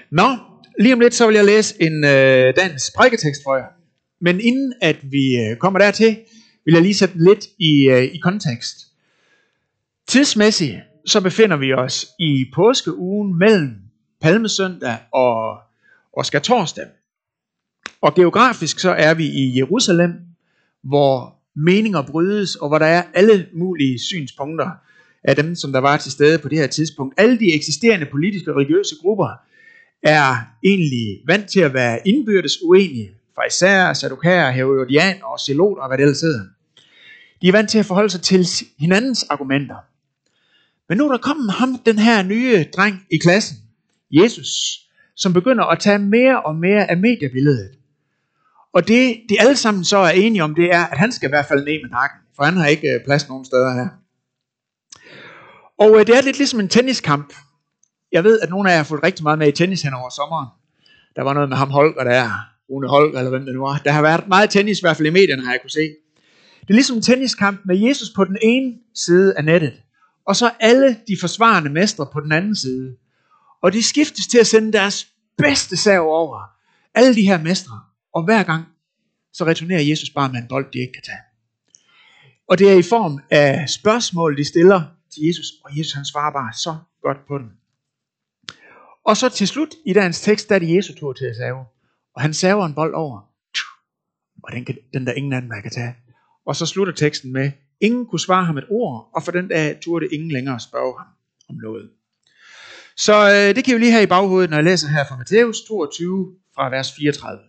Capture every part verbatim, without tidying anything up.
Nå, lige om lidt så vil jeg læse en øh, dagens prædiketekst for jer. Men inden at vi øh, kommer dertil, vil jeg lige sætte lidt i, øh, i kontekst. Tidsmæssigt så befinder vi os i påskeugen mellem Palmesøndag og, og skærtorsdag. Og geografisk så er vi i Jerusalem, hvor meninger brydes, og hvor der er alle mulige synspunkter af dem, som der var til stede på det her tidspunkt. Alle de eksisterende politiske og religiøse grupper er egentlig vant til at være indbyrdes uenige. Farisæer, saddukaer, herodianer og zeloter og hvad det ellers hedder. De er vant til at forholde sig til hinandens argumenter. Men nu er der kommet ham, den her nye dreng i klassen, Jesus, som begynder at tage mere og mere af mediebilledet. Og det, de alle sammen så er enige om, det er, at han skal i hvert fald ned med nakken, for han har ikke plads nogen steder her. Og det er lidt ligesom en tenniskamp. Jeg ved, at nogle af jer har fået rigtig meget med i tennis hen over sommeren. Der var noget med ham Holger der, Rune Holger eller hvem det nu var. Der har været meget tennis, i hvert fald i medierne har jeg kunne se. Det er ligesom en tenniskamp med Jesus på den ene side af nettet, og så alle de forsvarende mestre på den anden side. Og de skiftes til at sende deres bedste sav over alle de her mestre. Og hver gang, så returnerer Jesus bare med en bold, de ikke kan tage. Og det er i form af spørgsmål, de stiller til Jesus, og Jesus han svarer bare så godt på dem. Og så til slut i dagens tekst, der er det Jesu tur til at save. Og han saver en bold over, og den, kan, den der ingen anden kan tage. Og så slutter teksten med, ingen kunne svare ham et ord, og for den dag turde ingen længere spørge ham om noget. Så øh, det kan vi lige have i baghovedet, når jeg læser her fra Matthæus toogtyve fra vers fireogtredive.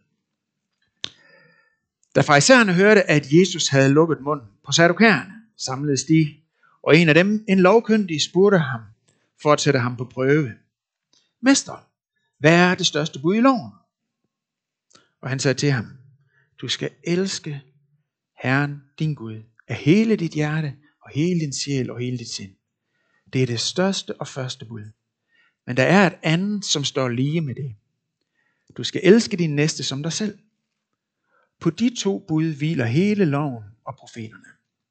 Da farisæerne hørte, at Jesus havde lukket munden på saddukæerne, samledes de, og en af dem, en lovkyndig, spurgte ham for at sætte ham på prøve. Mester, hvad er det største bud i loven? Og han sagde til ham, du skal elske Herren din Gud af hele dit hjerte og hele din sjæl og hele dit sind. Det er det største og første bud. Men der er et andet, som står lige med det. Du skal elske din næste som dig selv. På de to bud hviler hele loven og profeterne.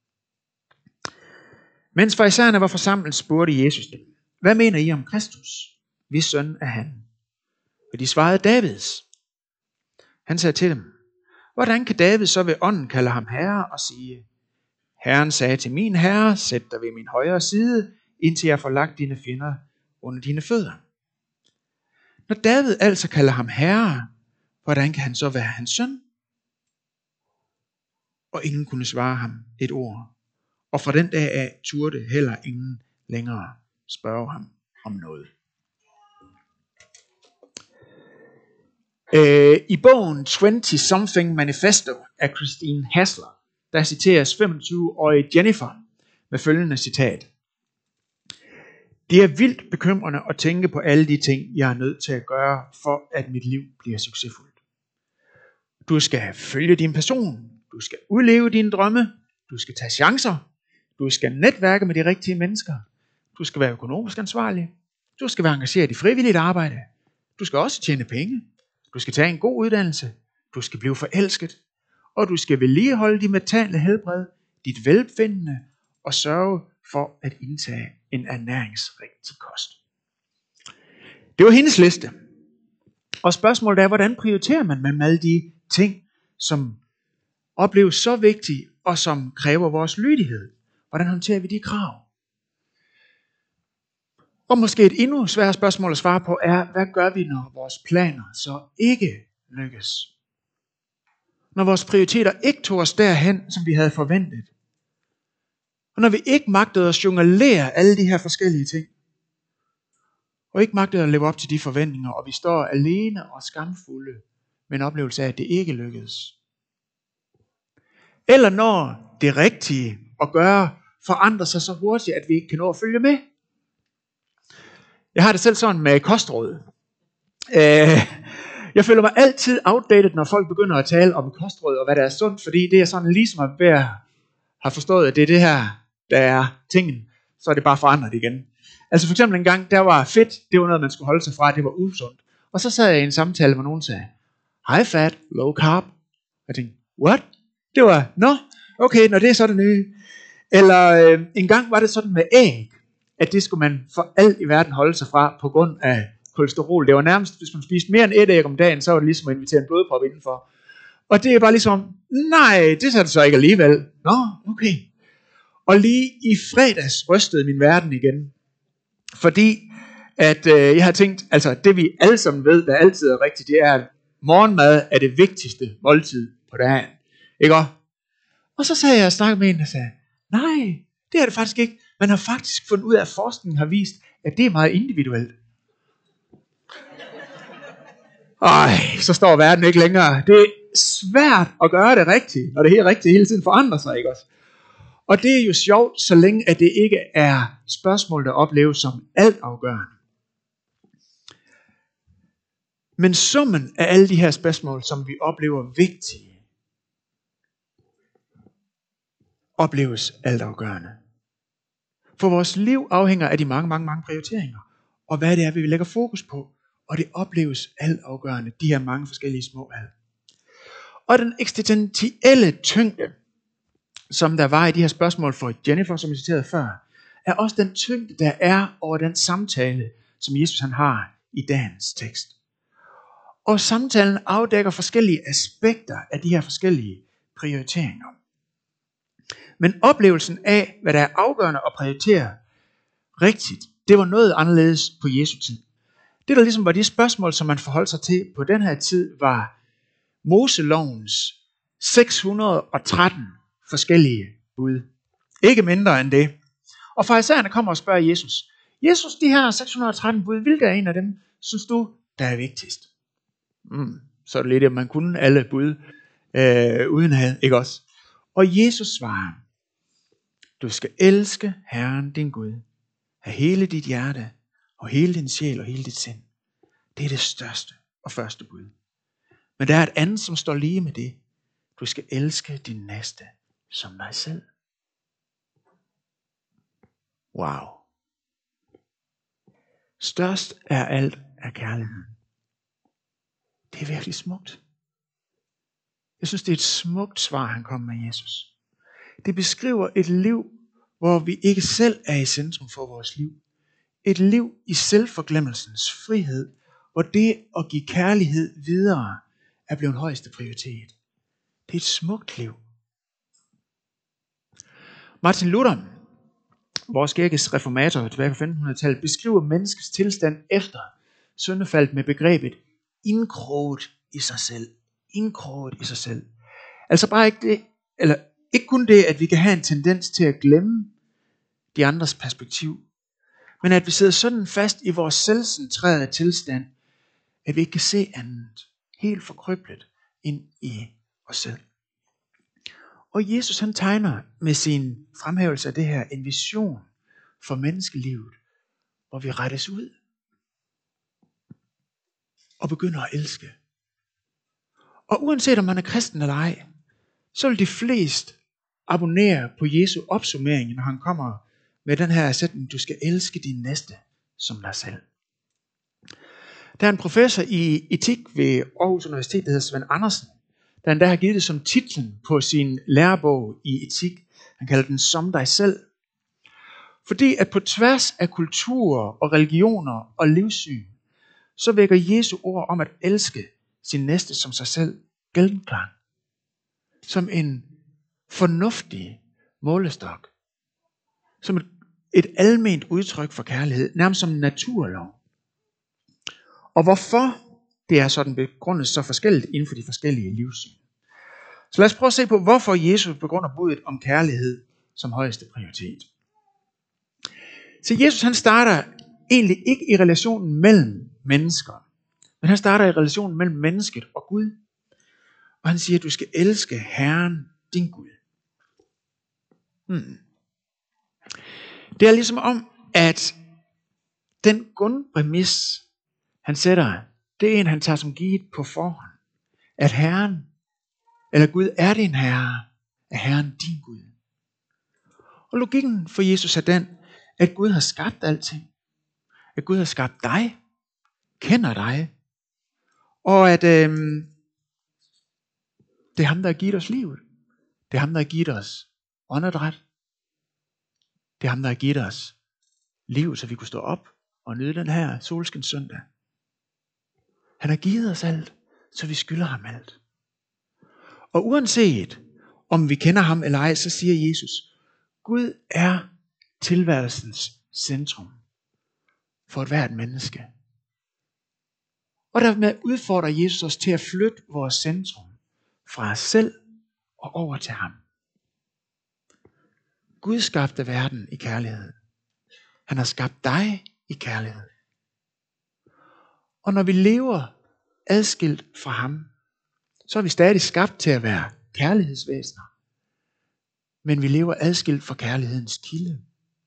Mens farisæerne var forsamlet, spurgte Jesus dem, hvad mener I om Kristus? Hvis søn er han. Og de svarede Davids. Han sagde til dem, hvordan kan David så ved ånden kalde ham herre og sige, Herren sagde til min herre, sæt dig ved min højre side, indtil jeg får lagt dine fjender under dine fødder. Når David altså kalder ham herre, hvordan kan han så være hans søn? Og ingen kunne svare ham et ord. Og fra den dag af turde heller ingen længere spørge ham om noget. Øh, I bogen tyve Something Manifesto af Christine Hassler, der citeres femogtyve-årige Jennifer med følgende citat. Det er vildt bekymrende at tænke på alle de ting, jeg er nødt til at gøre, for at mit liv bliver succesfuldt. Du skal følge din passion, du skal udleve dine drømme, du skal tage chancer, du skal netværke med de rigtige mennesker, du skal være økonomisk ansvarlig, du skal være engageret i frivilligt arbejde, du skal også tjene penge, du skal tage en god uddannelse, du skal blive forelsket, og du skal vedligeholde dit mentale helbred, dit velbefindende og sørge for at indtage en ernæringsrigtig kost. Det var hendes liste. Og spørgsmålet er, hvordan prioriterer man mellem alle de ting, som opleves så vigtige og som kræver vores lydighed? Hvordan håndterer vi de krav? Og måske et endnu sværere spørgsmål at svare på er, hvad gør vi, når vores planer så ikke lykkes? Når vores prioriteter ikke tog os derhen, som vi havde forventet. Og når vi ikke magtede at jonglere alle de her forskellige ting. Og ikke magtede at leve op til de forventninger, og vi står alene og skamfulde med en oplevelse af, at det ikke lykkedes. Eller når det rigtige at gøre forandrer sig så hurtigt, at vi ikke kan nå at følge med. Jeg har det selv sådan med kostråd. Jeg føler mig altid outdated, når folk begynder at tale om kostråd og hvad der er sundt, fordi det er sådan ligesom at være, har forstået, at det er det her, der er tingen, så er det bare forandret igen. Altså for eksempel en gang, der var fedt, det var noget, man skulle holde sig fra, det var usundt. Og så sad jeg i en samtale, hvor nogen sagde, high fat, low carb. Jeg tænkte, what? Det var, nå, okay, når det er så det nye. Eller øh, en gang var det sådan med æg, at det skulle man for alt i verden holde sig fra, på grund af kolesterol. Det var nærmest, hvis man spiste mere end et æg om dagen, så var det ligesom at invitere en blodprop indenfor. Og det er bare ligesom, nej, det er det så ikke alligevel. Nå, okay. Og lige i fredags rystede min verden igen. Fordi at øh, jeg har tænkt, altså det vi alle sammen ved, der altid er rigtigt, det er, at morgenmad er det vigtigste måltid på dagen. Ikke også? Og så sagde jeg og snakkede med en, der sagde, nej, det er det faktisk ikke. Man har faktisk fundet ud af, at forskningen har vist, at det er meget individuelt. Ej, så står verden ikke længere. Det er svært at gøre det rigtigt, når det helt rigtigt hele tiden forandrer sig, ikke også? Og det er jo sjovt, så længe at det ikke er spørgsmål, der opleves som altafgørende. Men summen af alle de her spørgsmål, som vi oplever vigtige, opleves altafgørende. For vores liv afhænger af de mange, mange, mange prioriteringer, og hvad det er, vi lægger fokus på, og det opleves altafgørende, de her mange forskellige små valg. Og den eksistentielle tyngde, som der var i de her spørgsmål for Jennifer, som jeg citerede før, er også den tyngde, der er over den samtale, som Jesus han har i dagens tekst. Og samtalen afdækker forskellige aspekter af de her forskellige prioriteringer. Men oplevelsen af, hvad der er afgørende at prioritere rigtigt, det var noget anderledes på Jesu tid. Det der ligesom var de spørgsmål, som man forholdt sig til på den her tid, var Moselovens seks hundrede og tretten forskellige bud. Ikke mindre end det. Og farisæerne kommer og spørger Jesus, Jesus, de her seks hundrede og tretten bud, hvilken er en af dem, synes du, der er vigtigst? Mm, så er det lidt, at man kunne alle bud øh, uden had, ikke også? Og Jesus svarer, du skal elske Herren din Gud af hele dit hjerte, og hele din sjæl og hele dit sind. Det er det største og første bud. Men der er et andet, som står lige med det. Du skal elske din næste som dig selv. Wow. Størst er alt af kærligheden. Det er virkelig smukt. Jeg synes, det er et smukt svar, han kom med Jesus. Det beskriver et liv, hvor vi ikke selv er i centrum for vores liv. Et liv i selvforglemmelsens frihed, hvor det at give kærlighed videre er blevet højeste prioritet. Det er et smukt liv. Martin Luther, vores kirkes reformator tilbage på femtenhundredetallet, beskriver menneskets tilstand efter syndefaldet med begrebet indkroget i sig selv. Indkroget i sig selv. Altså bare ikke det, eller ikke kun det, at vi kan have en tendens til at glemme de andres perspektiv, men at vi sidder sådan fast i vores selvcentrerede tilstand, at vi ikke kan se andet, helt forkryblet ind i os selv. Og Jesus han tegner med sin fremhævelse af det her en vision for menneskelivet, hvor vi rettes ud og begynder at elske. Og uanset om man er kristen eller ej, så vil de fleste abonnere på Jesu opsummering, når han kommer med den her sætning, du skal elske din næste som dig selv. Der er en professor i etik ved Aarhus Universitet, der hedder Svend Andersen, der endda har givet det som titlen på sin lærebog i etik. Han kalder den som dig selv. Fordi at på tværs af kulturer og religioner og livssyn, så vækker Jesu ord om at elske sin næste som sig selv genklang. Som en fornuftig målestok. Som et, et alment udtryk for kærlighed, nærmest som en naturlov. Og hvorfor det er sådan begrundet så forskelligt inden for de forskellige livssyn. Så lad os prøve at se på, hvorfor Jesus begrunder budet om kærlighed som højeste prioritet. Så Jesus han starter egentlig ikke i relationen mellem mennesker, men han starter i relationen mellem mennesket og Gud. Og han siger, at du skal elske Herren, din Gud. Hmm. Det er ligesom om, at den grundpræmis, han sætter, det er en, han tager som givet på forhånd. At Herren, eller Gud er din Herre, er Herren din Gud. Og logikken for Jesus er den, at Gud har skabt alting. At Gud har skabt dig, kender dig, og at øhm, det er ham, der har givet os livet. Det er ham, der har givet os åndedræt. Det er ham, der har givet os liv, så vi kunne stå op og nyde den her solskins søndag. Han har givet os alt, så vi skylder ham alt. Og uanset om vi kender ham eller ej, så siger Jesus, Gud er tilværelsens centrum for et hvert menneske. Og dermed udfordrer Jesus os til at flytte vores centrum fra os selv og over til ham. Gud skabte verden i kærlighed. Han har skabt dig i kærlighed. Og når vi lever adskilt fra ham, så er vi stadig skabt til at være kærlighedsvæsener. Men vi lever adskilt fra kærlighedens kilde.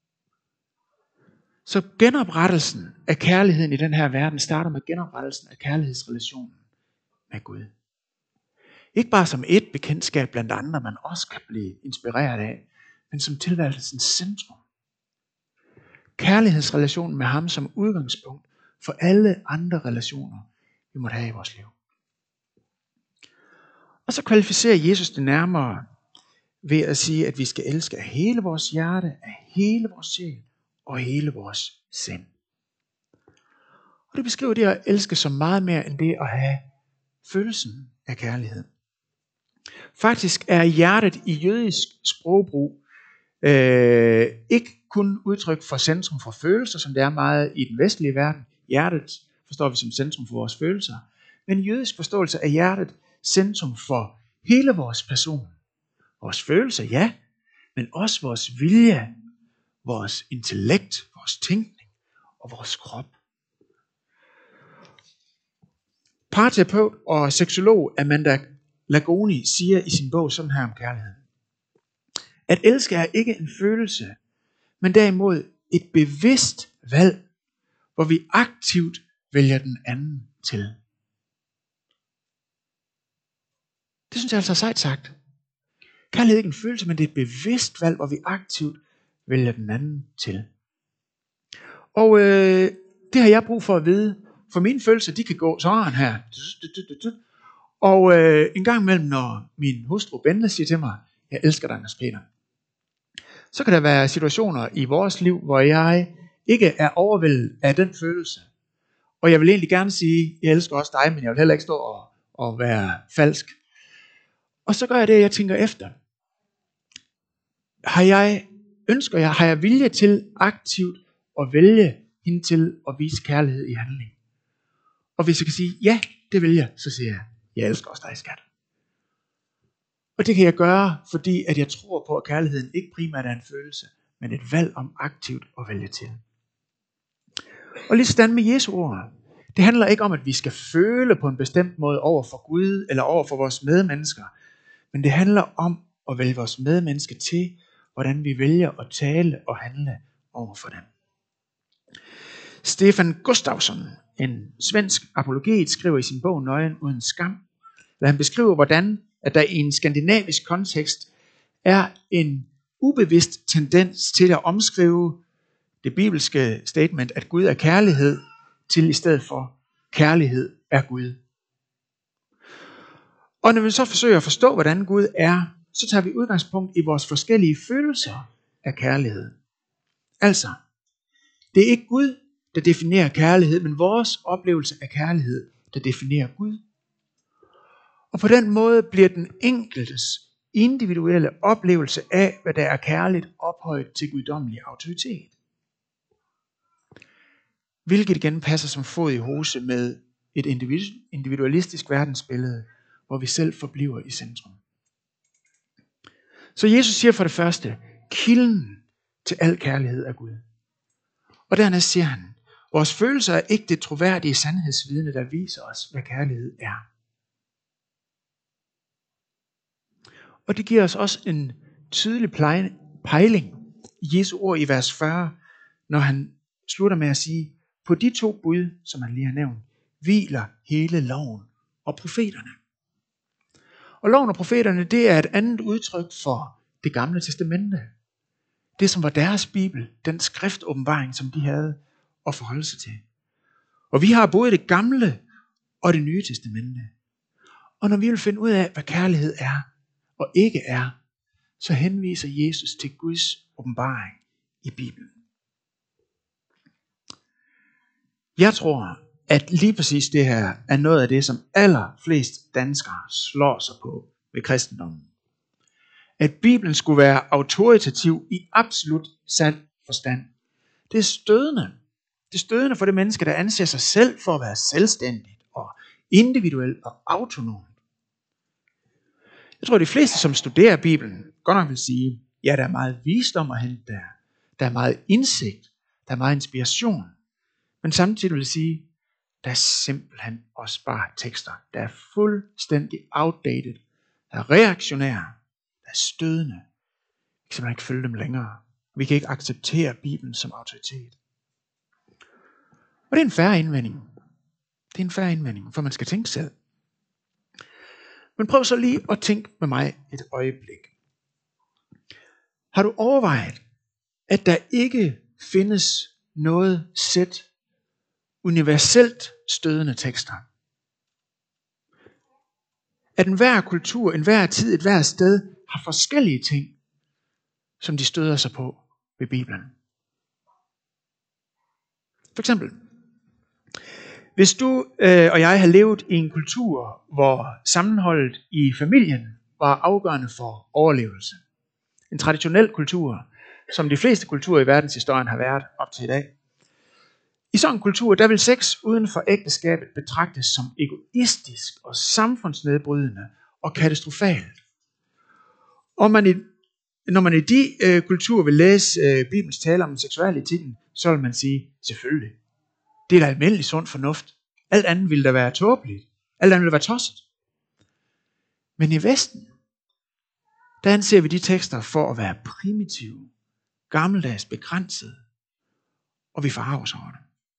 Så genoprettelsen af kærligheden i den her verden starter med genoprettelsen af kærlighedsrelationen med Gud. Ikke bare som et bekendtskab blandt andre, man også kan blive inspireret af, men som tilværelsens centrum. Kærlighedsrelationen med ham som udgangspunkt for alle andre relationer, vi måtte have i vores liv. Og så kvalificerer Jesus det nærmere ved at sige, at vi skal elske af hele vores hjerte, af hele vores sjæl og hele vores sind. Og det beskriver det at elske så meget mere end det at have følelsen af kærlighed. Faktisk er hjertet i jødisk sprogbrug øh, ikke kun udtryk for centrum for følelser, som det er meget i den vestlige verden. Hjertet forstår vi som centrum for vores følelser. Men i jødisk forståelse er hjertet centrum for hele vores person. Vores følelser, ja, men også vores vilje, vores intellekt, vores tænkning og vores krop. Parterapeut og seksolog Amanda Lagoni siger i sin bog sådan her om kærligheden. At elske er ikke en følelse, men derimod et bevidst valg, hvor vi aktivt vælger den anden til. Det synes jeg altså er sejt sagt. Kærlighed er ikke en følelse, men det er et bevidst valg, hvor vi aktivt vælger den anden til. Og øh, det har jeg brug for at vide, for mine følelser, de kan gå sådan her. Og øh, en gang imellem, når min hustru Bente siger til mig, jeg elsker dig, Anders Peter, så kan der være situationer i vores liv, hvor jeg ikke er overvældet af den følelse. Og jeg vil egentlig gerne sige, jeg elsker også dig, men jeg vil heller ikke stå og, og være falsk. Og så gør jeg det, jeg tænker efter. Har jeg, ønsker jeg, har jeg vilje til aktivt at vælge hende til at vise kærlighed i handling? Og hvis jeg kan sige, ja, det vil jeg, så siger jeg, jeg elsker også dig, skat. Og det kan jeg gøre, fordi at jeg tror på, at kærligheden ikke primært er en følelse, men et valg om aktivt at vælge til. Og lige sådan med Jesu ord. Det handler ikke om, at vi skal føle på en bestemt måde over for Gud eller over for vores medmennesker. Men det handler om at vælge vores medmennesker til, hvordan vi vælger at tale og handle over for dem. Stefan Gustafsson, en svensk apologet, skriver i sin bog Nøgen uden skam, hvor han beskriver, hvordan at der i en skandinavisk kontekst er en ubevidst tendens til at omskrive det bibelske statement, at Gud er kærlighed, til i stedet for kærlighed er Gud. Og når vi så forsøger at forstå, hvordan Gud er, så tager vi udgangspunkt i vores forskellige følelser af kærlighed. Altså, det er ikke Gud, der definerer kærlighed, men vores oplevelse af kærlighed, der definerer Gud. Og på den måde bliver den enkeltes individuelle oplevelse af, hvad der er kærligt, ophøjet til guddommelig autoritet. Hvilket igen passer som fod i hose med et individualistisk verdensbillede, hvor vi selv forbliver i centrum. Så Jesus siger for det første, kilden til al kærlighed er Gud. Og dernæst siger han, vores følelser er ikke det troværdige sandhedsvidne, der viser os, hvad kærlighed er. Og det giver os også en tydelig pejling i Jesu ord i vers fyrre, når han slutter med at sige, på de to bud, som han lige har nævnt, hviler hele loven og profeterne. Og loven og profeterne, det er et andet udtryk for det gamle testamente. Det som var deres bibel, den skriftåbenbaring, som de havde at forholde sig til. Og vi har både det gamle og det nye testamente. Og når vi vil finde ud af, hvad kærlighed er og ikke er, så henviser Jesus til Guds åbenbaring i Bibelen. Jeg tror, at lige præcis det her er noget af det, som allerflest danskere slår sig på ved kristendommen. At Bibelen skulle være autoritativ i absolut sand forstand. Det er stødende. Det er stødende for det menneske, der anser sig selv for at være selvstændigt og individuelt og autonomt. Jeg tror, de fleste, som studerer Bibelen, godt nok vil sige, ja, der er meget visdom at hente der. Der er meget indsigt. Der er meget inspiration. Men samtidig vil sige, der er simpelthen også bare tekster, der er fuldstændig outdated, der er reaktionære, der er stødende. Vi kan simpelthen ikke følge dem længere. Vi kan ikke acceptere Bibelen som autoritet. Og det er en fair indvending. Det er en fair indvending, for man skal tænke selv. Men prøv så lige at tænke med mig et øjeblik. Har du overvejet, at der ikke findes noget sæt universelt stødende tekster? At enhver kultur, enhver tid, et hver sted har forskellige ting, som de støder sig på ved Bibelen. For eksempel, hvis du øh, og jeg har levet i en kultur, hvor sammenholdet i familien var afgørende for overlevelse. En traditionel kultur, som de fleste kulturer i verdenshistorien har været op til i dag. I sådan en kultur, der vil sex uden for ægteskabet betragtes som egoistisk og samfundsnedbrydende og katastrofalt. Og man i, når man i de øh, kulturer vil læse øh, Bibelens tale om seksualiteten, så vil man sige, selvfølgelig. Det er da almindelig sund fornuft. Alt andet ville da være tåbeligt. Alt andet ville være tosset. Men i Vesten, der anser vi de tekster for at være primitive, gammeldags, begrænsede, og vi forarver os over det.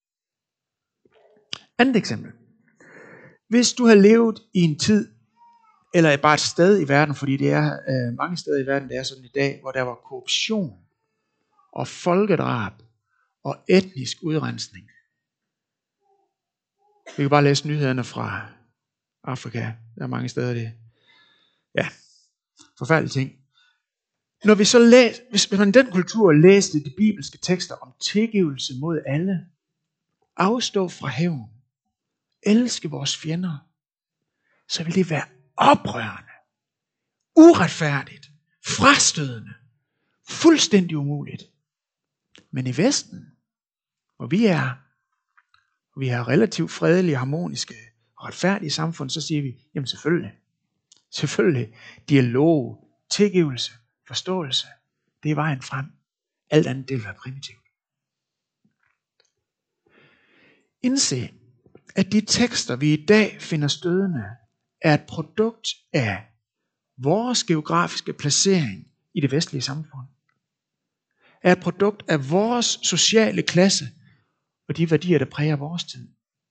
Andet eksempel. Hvis du har levet i en tid, eller bare et sted i verden, fordi det er øh, mange steder i verden, det er sådan i dag, hvor der var korruption, og folkedrab, og etnisk udrensning. Vi kan bare læse nyhederne fra Afrika. Der er mange steder det. Ja, forfærdelige ting. Når vi så læser, hvis man i den kultur læste de bibelske tekster om tilgivelse mod alle, afstå fra hævn, elske vores fjender, så vil det være oprørende, uretfærdigt, frastødende, fuldstændig umuligt. Men i Vesten, hvor vi er, hvor vi har relativt fredelige, harmoniske og retfærdige samfund, så siger vi, jamen selvfølgelig, selvfølgelig, dialog, tilgivelse, forståelse, det er vejen frem. Alt andet, det vil være primitivt. Indse, at de tekster, vi i dag finder stødende, er et produkt af vores geografiske placering i det vestlige samfund. Er et produkt af vores sociale klasse og de værdier, der præger vores tid.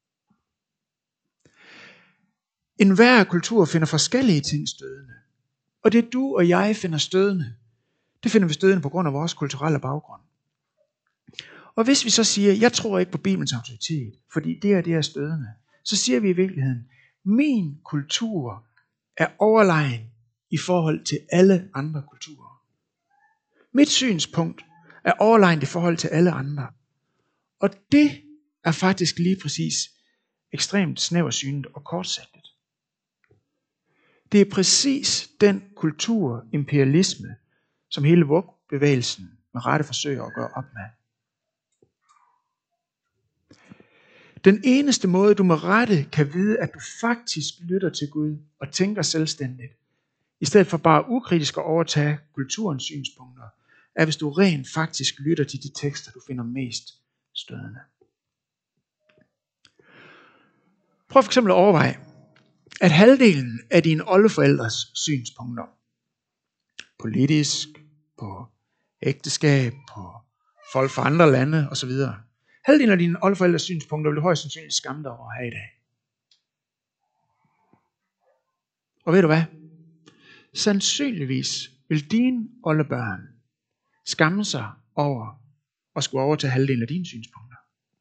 En hver kultur finder forskellige ting stødende. Og det du og jeg finder stødende, det finder vi stødende på grund af vores kulturelle baggrund. Og hvis vi så siger, jeg tror ikke på Bibelens autoritet, fordi det er det er stødende, så siger vi i virkeligheden, min kultur er overlegen i forhold til alle andre kulturer. Mit synspunkt er overlegent i forhold til alle andre. Og det er faktisk lige præcis ekstremt snæversynet og kortsigtet. Det er præcis den kulturimperialisme, som hele V O G-bevægelsen med rette forsøger at gøre op med. Den eneste måde, du med rette kan vide, at du faktisk lytter til Gud og tænker selvstændigt, i stedet for bare ukritisk at overtage kulturens synspunkter, er hvis du rent faktisk lytter til de tekster, du finder mest stødende. Prøv for eksempel at overveje, at halvdelen af dine oldeforældres synspunkter, politisk, på ægteskab, på folk fra andre lande osv., halvdelen af dine oldeforældres synspunkter vil du højst sandsynligt skamme dig over her i dag. Og ved du hvad? Sandsynligvis vil dine oldebørn skamme sig over at skulle overtage halvdelen af dine synspunkter.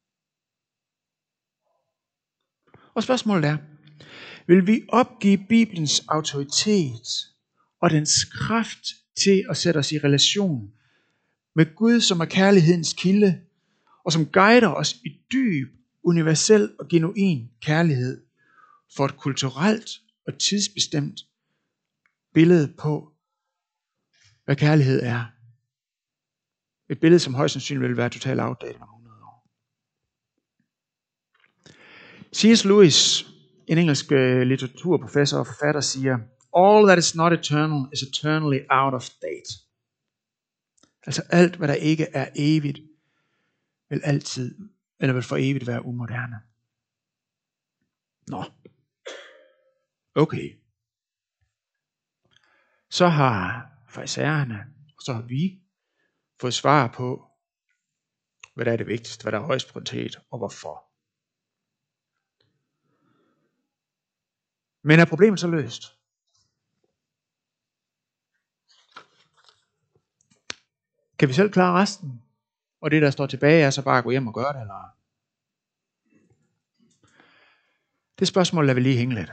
Og spørgsmålet er, vil vi opgive Bibelens autoritet og dens kraft til at sætte os i relation med Gud, som er kærlighedens kilde, og som guider os i dyb universel og genuin kærlighed for et kulturelt og tidsbestemt billede på, hvad kærlighed er. Et billede, som højst sandsynligt vil være totalt outdated om hundrede år. C S Lewis, en engelsk litteraturprofessor og forfatter, siger, all that is not eternal is eternally out of date. Altså alt, hvad der ikke er evigt, vil altid, eller vil for evigt være umoderne. Nå. Okay. Så har farisæerne, og så har vi fået svar på, hvad der er det vigtigste, hvad der er højst prioritet, og hvorfor. Men er problemet så løst? Kan vi selv klare resten? Og det, der står tilbage, er så bare at gå hjem og gøre det, eller? Det spørgsmål lader vi lige hænge lidt.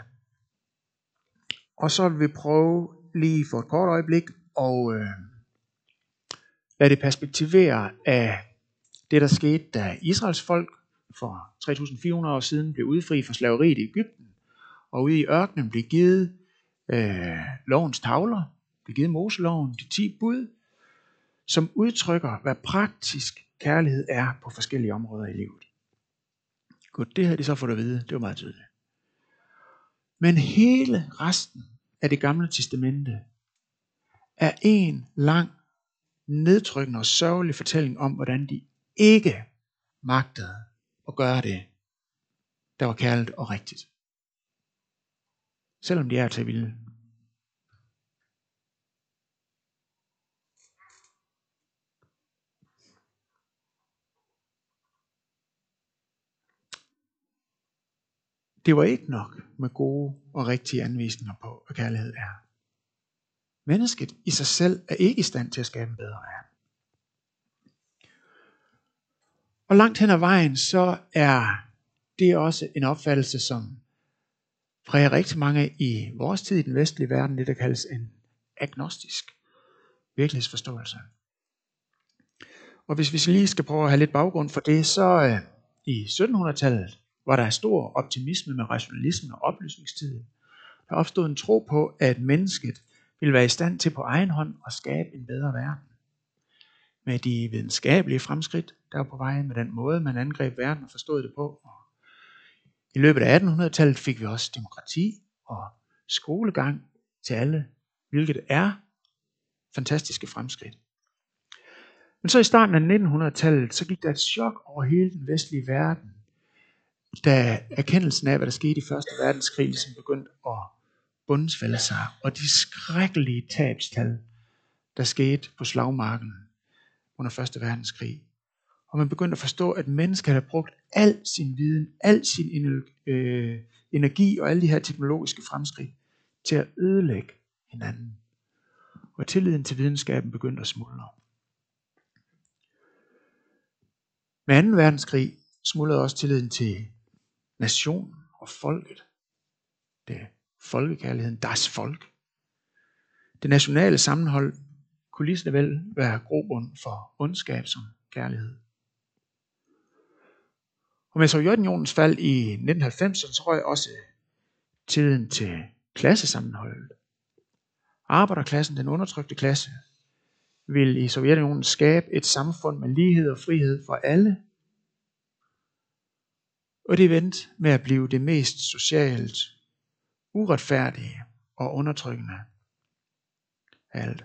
Og så vil vi prøve lige for et kort øjeblik og øh, lade det perspektivere af det, der skete, da Israels folk for tre tusind fire hundrede år siden blev udfri fra slaveriet i Egypten, og ude i ørkenen blev givet øh, lovens tavler, blev givet Moseloven, de ti bud, som udtrykker, hvad praktisk kærlighed er på forskellige områder i livet. Godt, det havde de så fået at vide, det var meget tydeligt. Men hele resten af det gamle testamente er en lang, nedtrykkende og sørgelig fortælling om, hvordan de ikke magtede at gøre det, der var kærligt og rigtigt. Selvom de er til vilde. Det var ikke nok med gode og rigtige anvisninger på, hvad kærlighed er. Mennesket i sig selv er ikke i stand til at skabe en bedre verden. Og langt hen ad vejen, så er det også en opfattelse, som præger rigtig mange i vores tid i den vestlige verden, det der kaldes en agnostisk virkelighedsforståelse. Og hvis vi lige skal prøve at have lidt baggrund for det, så øh, i syttenhundredetallet var der stor optimisme med rationalisme og oplysningstiden. Der opstod en tro på, at mennesket ville være i stand til på egen hånd at skabe en bedre verden. Med de videnskabelige fremskridt, der var på vej, med den måde, man angreb verden og forstod det på. Og i løbet af attenhundredetallet fik vi også demokrati og skolegang til alle, hvilket er fantastiske fremskridt. Men så i starten af nittenhundredetallet, så gik der et chok over hele den vestlige verden, da erkendelsen af, hvad der skete i første verdenskrig, ligesom begyndte at bundsfælde sig, og de skrækkelige tabstal, der skete på slagmarken under første verdenskrig. Og man begyndte at forstå, at mennesker havde brugt al sin viden, al sin øh, energi og alle de her teknologiske fremskridt til at ødelægge hinanden. Og tilliden til videnskaben begyndte at smuldre. Med anden verdenskrig smuldrede også tilliden til nationen og folket. Det folkekærligheden, das Volk. Det nationale sammenhold kunne lige så vel være grobund for ondskab som kærlighed. Og med Sovjetunionens fald i nitten halvfemserne, så røg også tilliden til klassesammenholdet. Arbejderklassen, den undertrykte klasse, ville i Sovjetunionen skabe et samfund med lighed og frihed for alle. Og det vendte med at blive det mest socialt uretfærdige og undertrykkende af alt.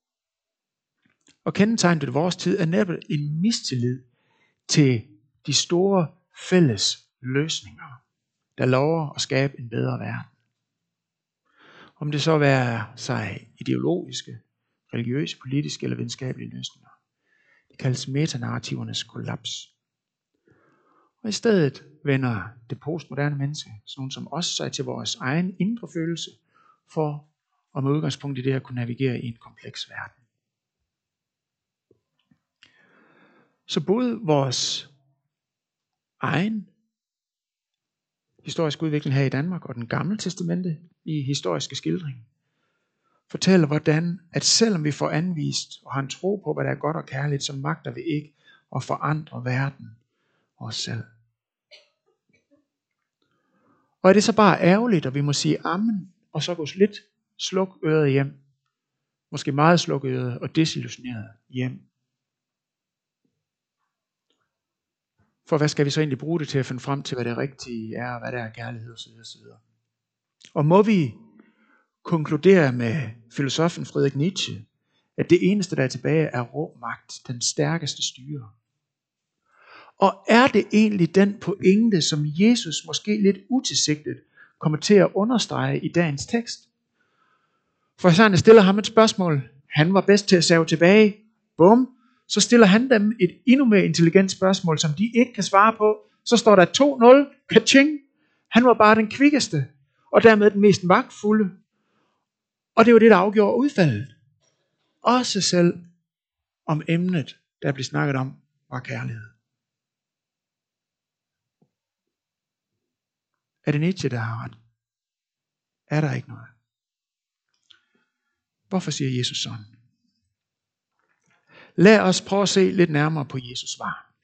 Og kendetegnet i vores tid er netop en mistillid til de store fælles løsninger, der lover at skabe en bedre verden. Om det så være sig ideologiske, religiøse, politiske eller videnskabelige løsninger. Det kaldes metanarrativernes kollaps. Og i stedet vender det postmoderne menneske, sådan nogen som os, sig til vores egen indre følelse, for at med udgangspunkt i det at kunne navigere i en kompleks verden. Så både vores egen historiske udvikling her i Danmark og den gamle testamente i historiske skildring fortæller, hvordan at selvom vi får anvist og har en tro på, hvad der er godt og kærligt, så magter vi ikke at forandre verden og os selv. Og er det så bare ærgerligt, og vi må sige amen, og så gå lidt sluk øret hjem. Måske meget sluk øret og desillusioneret hjem. For hvad skal vi så egentlig bruge det til at finde frem til, hvad det rigtige er, og hvad der er kærlighed osv. osv. Og må vi konkludere med filosofen Friedrich Nietzsche, at det eneste, der er tilbage, er rå magt, den stærkeste styre. Og er det egentlig den pointe, som Jesus måske lidt utilsigtet kommer til at understrege i dagens tekst? For så stiller ham et spørgsmål. Han var bedst til at save tilbage. Bum. Så stiller han dem et endnu mere intelligent spørgsmål, som de ikke kan svare på. Så står der to nul. Kaching. Han var bare den kvikkeste, og dermed den mest magtfulde. Og det var det, der afgjorde udfaldet. Også selv om emnet, der blev snakket om, var kærlighed. Er det Nietzsche, der har ret? Er der ikke noget? Hvorfor siger Jesus sådan? Lad os prøve at se lidt nærmere på Jesus svar.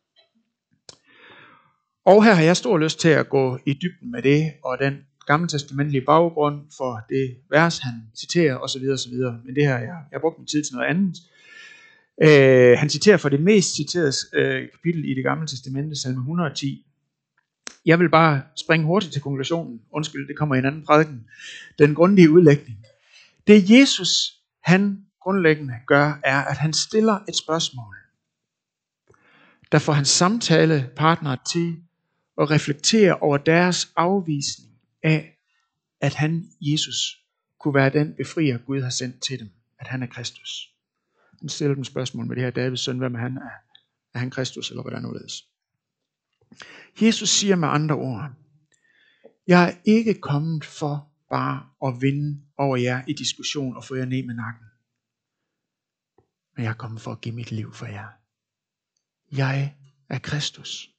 Og her har jeg stor lyst til at gå i dybden med det, og den gammeltestamentlige baggrund for det vers, han citerer osv. osv. Men det her, jeg, jeg har brugt min tid til noget andet. Øh, han citerer for det mest citerede øh, kapitel i det gamle testamente, salme et hundrede og ti. Jeg vil bare springe hurtigt til konklusionen. Undskyld, det kommer i en anden prædiken. Den grundige udlægning. Det Jesus, han grundlæggende gør, er, at han stiller et spørgsmål, der får hans samtalepartnere til at reflektere over deres afvisning af, at han, Jesus, kunne være den befrier, Gud har sendt til dem, at han er Kristus. Han stiller dem spørgsmål med det her Davids søn, hvem er han? Er, er han Kristus, eller hvordan nåledes? Jesus siger med andre ord, jeg er ikke kommet for bare at vinde over jer i diskussion og få jer ned med nakken. Men jeg er kommet for at give mit liv for jer. Jeg er Kristus.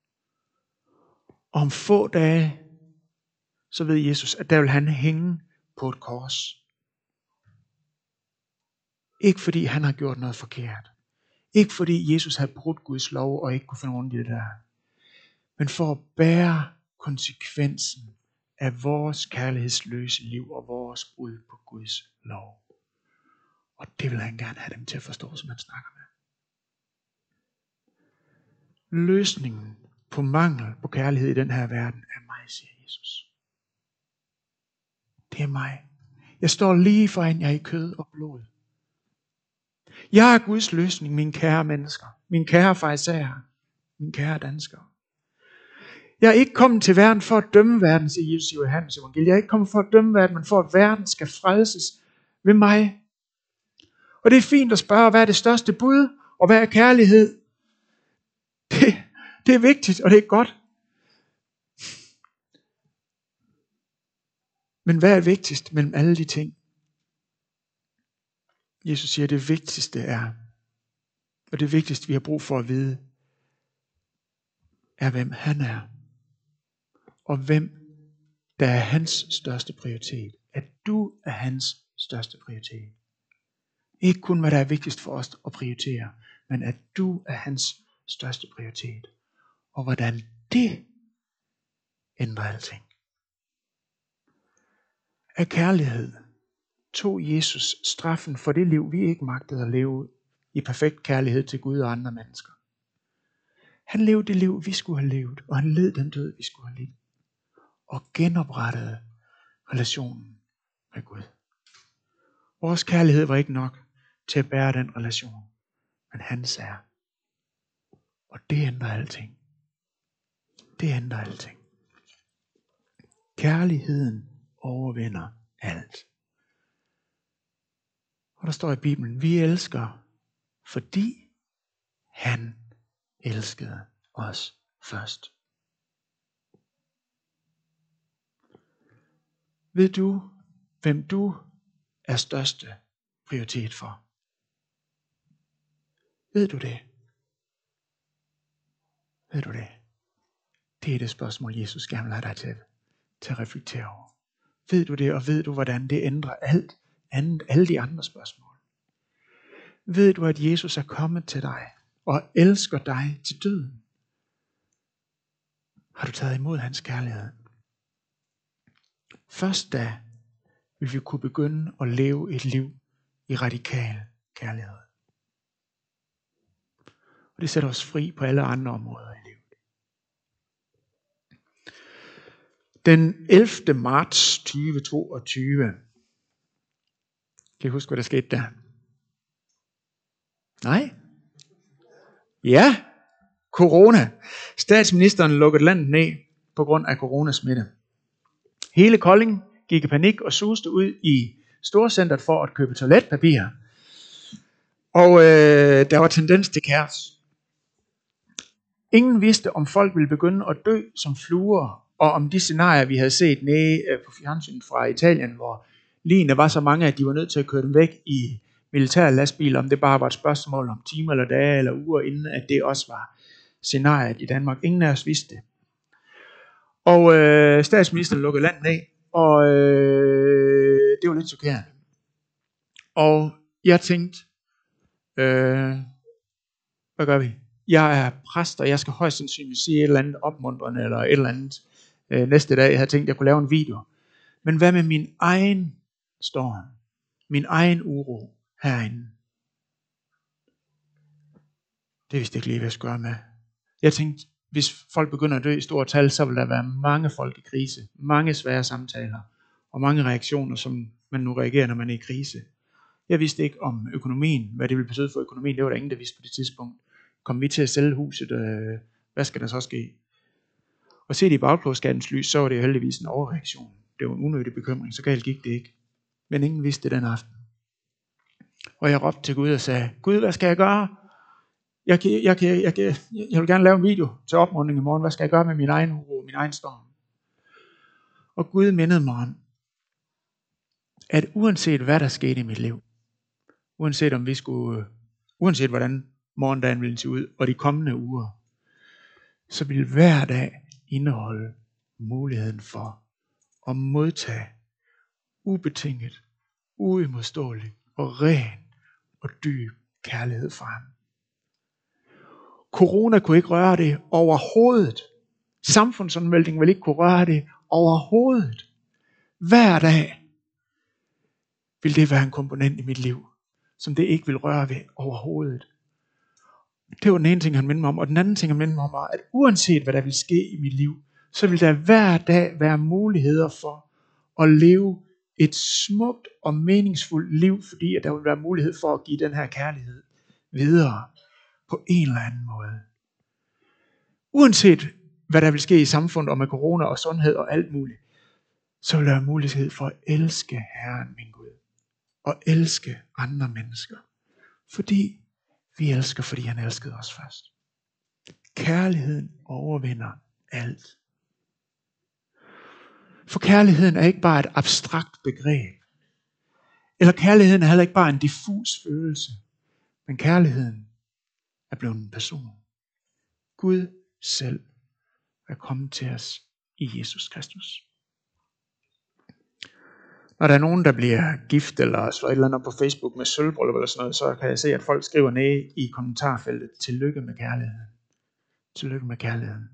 Og om få dage, så ved Jesus, at der vil han hænge på et kors. Ikke fordi han har gjort noget forkert. Ikke fordi Jesus havde brudt Guds lov og ikke kunne finde rundt i det der. Men for at bære konsekvensen af vores kærlighedsløse liv og vores brud på Guds lov. Og det vil han gerne have dem til at forstå, som han snakker med. Løsningen på mangel på kærlighed i den her verden er mig, siger Jesus. Det er mig. Jeg står lige foran jer i kød og blod. Jeg er Guds løsning, mine kære mennesker. Mine kære farisæere. Mine kære danskere. Jeg er ikke kommet til verden for at dømme verden, siger Jesus i Johannes evangeliet. Jeg er ikke kommet for at dømme verden, men for at verden skal frelses ved mig. Og det er fint at spørge, hvad er det største bud, og hvad er kærlighed? Det, det er vigtigt, og det er godt. Men hvad er vigtigst mellem alle de ting? Jesus siger, at det vigtigste er, og det vigtigste vi har brug for at vide, er hvem han er. Og hvem der er hans største prioritet. At du er hans største prioritet. Ikke kun hvad der er vigtigst for os at prioritere, men at du er hans største prioritet. Og hvordan det ændrer alting. Af kærlighed tog Jesus straffen for det liv, vi ikke magtede at leve i perfekt kærlighed til Gud og andre mennesker. Han levede det liv, vi skulle have levet, og han led den død, vi skulle have levet. Og genoprettede relationen med Gud. Vores kærlighed var ikke nok til at bære den relation, men hans er. Og det ændrer alting. Det ændrer alting. Kærligheden overvinder alt. Og der står i Bibelen, vi elsker, fordi han elskede os først. Ved du, hvem du er største prioritet for? Ved du det? Ved du det? Det er det spørgsmål, Jesus gerne vil have dig til, til at reflektere over. Ved du det, og ved du, hvordan det ændrer alt andet, alle de andre spørgsmål? Ved du, at Jesus er kommet til dig og elsker dig til døden? Har du taget imod hans kærlighed? Først da vil vi kunne begynde at leve et liv i radikal kærlighed. Og det sætter os fri på alle andre områder i livet. Den ellevte marts tyve toogtyve. Kan I huske, hvad der skete der? Nej? Ja, corona. Statsministeren lukkede landet ned på grund af coronasmitte. Hele Kolding gik i panik og suste ud i storcentret for at købe toiletpapir. Og øh, der var tendens til kaos. Ingen vidste, om folk ville begynde at dø som fluer, og om de scenarier, vi havde set nede på fjernsynet fra Italien, hvor ligene var så mange, at de var nødt til at køre dem væk i militære lastbiler, om det bare var et spørgsmål om timer eller dage eller uger, inden at det også var scenariet i Danmark. Ingen af os vidste det. Og øh, statsministeren lukkede landet ned, og øh, det var lidt chokerende. Og jeg tænkte, øh, hvad gør vi? Jeg er præst, og jeg skal højst sandsynligt sige et eller andet opmuntrende, eller et eller andet øh, næste dag. Jeg havde tænkt, at jeg kunne lave en video. Men hvad med min egen storm? Min egen uro herinde? Det vidste jeg ikke lige, hvad jeg skulle gøre med. Jeg tænkte, hvis folk begynder at dø i store tal, så vil der være mange folk i krise. Mange svære samtaler, og mange reaktioner, som man nu reagerer, når man er i krise. Jeg vidste ikke om økonomien, hvad det ville betyde for økonomien. Det var der ingen, der vidste på det tidspunkt. Kom vi til at sælge huset? Øh, hvad skal der så ske? Og set i bagklogskabens lys, så var det heldigvis en overreaktion. Det var en unødig bekymring, så galt gik det ikke. Men ingen vidste det den aften. Og jeg råbte til Gud og sagde, Gud, hvad skal jeg gøre? Jeg, kan, jeg, kan, jeg, kan, jeg vil gerne lave en video til opmuntring i morgen. Hvad skal jeg gøre med min egen uro, min egen storm? Og Gud mindede mig om, at uanset hvad der skete i mit liv, uanset om vi skulle, uanset hvordan morgendagen ville se ud, og de kommende uger, så ville hver dag indeholde muligheden for at modtage ubetinget, uimodståelig og ren og dyb kærlighed fra ham. Corona kunne ikke røre det overhovedet. Samfundsomvæltningen ville ikke kunne røre det overhovedet. Hver dag ville det være en komponent i mit liv, som det ikke vil røre ved overhovedet. Det var den ene ting, han mindede mig om. Og den anden ting, han mindede mig om, var, at uanset hvad der vil ske i mit liv, så vil der hver dag være muligheder for at leve et smukt og meningsfuldt liv, fordi at der vil være mulighed for at give den her kærlighed videre på en eller anden måde. Uanset hvad der vil ske i samfundet og med corona og sundhed og alt muligt, så vil der være mulighed for at elske Herren, min Gud, og elske andre mennesker. Fordi vi elsker, fordi han elskede os først. Kærligheden overvinder alt. For kærligheden er ikke bare et abstrakt begreb. Eller kærligheden er heller ikke bare en diffus følelse. Men kærligheden er blevet en person. Gud selv er kommet til os i Jesus Kristus. Når der er nogen, der bliver gift eller slår et eller andet op på Facebook med sølvbryllup eller sådan noget, så kan jeg se, at folk skriver nede i kommentarfeltet, tillykke med kærligheden. Tillykke med kærligheden.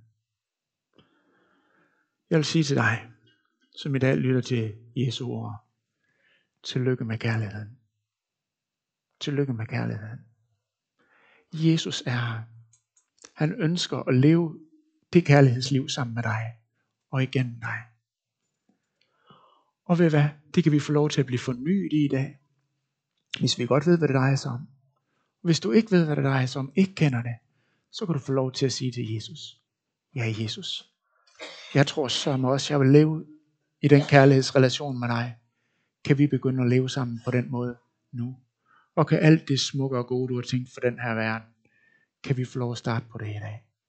Jeg vil sige til dig, som i dag lytter til Jesu ord, tillykke med kærligheden. Tillykke med kærligheden. Jesus er her. Han ønsker at leve det kærlighedsliv sammen med dig og igennem dig. Og ved hvad? Det kan vi få lov til at blive fornyet i i dag, hvis vi godt ved, hvad det drejer sig om. Hvis du ikke ved, hvad det drejer sig om, ikke kender det, så kan du få lov til at sige til Jesus, ja Jesus, jeg tror så også, jeg vil leve i den kærlighedsrelation med dig. Kan vi begynde at leve sammen på den måde nu? Og kan alt det smukke og gode, du har tænkt for den her verden, kan vi få lov at starte på det i dag?